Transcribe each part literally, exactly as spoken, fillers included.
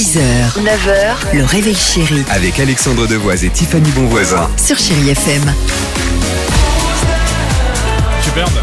six heures, neuf heures, le réveil chéri Avec Alexandre Devoise et Tiffany Bonvoisin. sur Chéri F M. Superbe.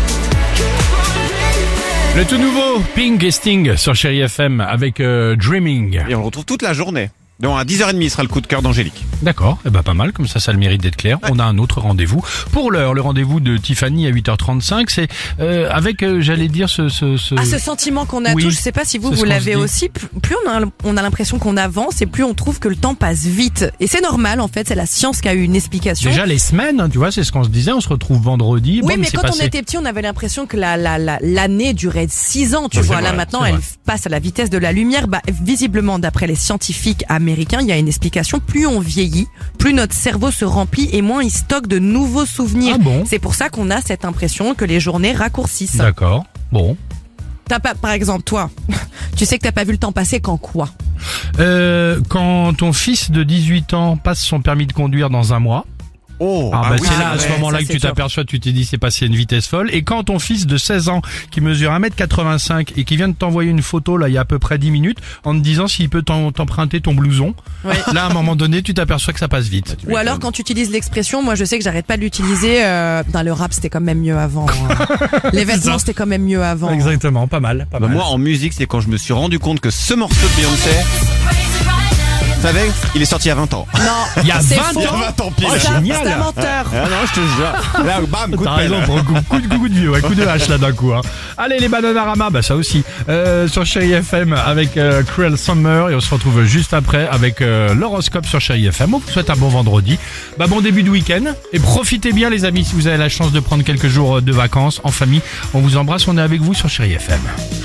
Le tout nouveau Pink et Sting sur Chéri F M avec euh, Dreaming. Et on le retrouve toute la journée. Donc à dix heures trente sera le coup de cœur d'Angélique. D'accord, et eh ben pas mal, comme ça ça a le mérite d'être clair. On a un autre rendez-vous. Pour l'heure, le rendez-vous de Tiffany à huit heures trente-cinq, c'est euh, avec, euh, j'allais dire, ce... ce, ce... Ah, ce sentiment qu'on a Oui, tous, je sais pas si vous, c'est ce vous qu'on l'avez se dit. aussi, plus plus on a, on a l'impression qu'on avance et plus on trouve que le temps passe vite. Et c'est normal, en fait, c'est la science qui a eu une explication. Déjà les semaines, hein, tu vois, c'est ce qu'on se disait, on se retrouve vendredi. Oui, bon, mais c'est quand passé. on était petit, on avait l'impression que la, la, la, l'année durait six ans, tu Oui, vois. c'est Là, vrai, maintenant, c'est elle vrai. passe à la vitesse de la lumière. Bah, visiblement, d'après les scientifiques américains, il y a une explication. Plus on vieillit, plus notre cerveau se remplit et moins il stocke de nouveaux souvenirs. Ah bon ? C'est pour ça qu'on a cette impression que les journées raccourcissent. D'accord, bon. T'as pas, par exemple, toi, tu sais que t'as pas vu le temps passer quand quoi? Euh, quand ton fils de dix-huit ans passe son permis de conduire dans un mois, Oh, ah, ah bah oui, c'est là, à vrai. ce moment-là, ça, que c'est tu sûr. t'aperçois, tu t'es dit c'est passé une vitesse folle. Et quand ton fils de seize ans, qui mesure un mètre quatre-vingt-cinq et qui vient de t'envoyer une photo là il y a à peu près dix minutes, en te disant s'il peut t'en- t'emprunter ton blouson, Ouais. là à un moment donné tu t'aperçois que ça passe vite. Ou alors quand tu utilises l'expression, moi je sais que j'arrête pas de l'utiliser, euh, dans le rap c'était quand même mieux avant. hein. Les vêtements ça. c'était quand même mieux avant. Exactement, pas mal. Pas Bah, mal. moi en musique, c'est quand je me suis rendu compte que ce morceau de Beyoncé, vous savez, il est sorti il y a vingt ans. Non, Il y a c'est vingt faux. ans. vingt ans pile. Oh, C'est un- génial. c'est un menteur. Ah non, je te jure. Là, bam, coup de T'as pelle. raison, pour un coup, coup de coup de vieux, ouais, coup de hache là d'un coup. Hein. Allez les Bananarama, bah ça aussi. Euh, sur Chéri F M avec euh, Cruel Summer et on se retrouve juste après avec euh, l'horoscope sur Chéri F M. On vous souhaite un bon vendredi, bah bon début de week-end et profitez bien les amis si vous avez la chance de prendre quelques jours de vacances en famille. On vous embrasse, on est avec vous sur Chéri F M.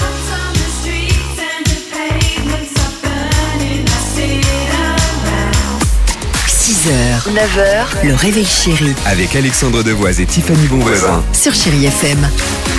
six heures, neuf heures, le réveil chéri Avec Alexandre Devoise et Tiffany Bonvoisin. sur Chéri F M.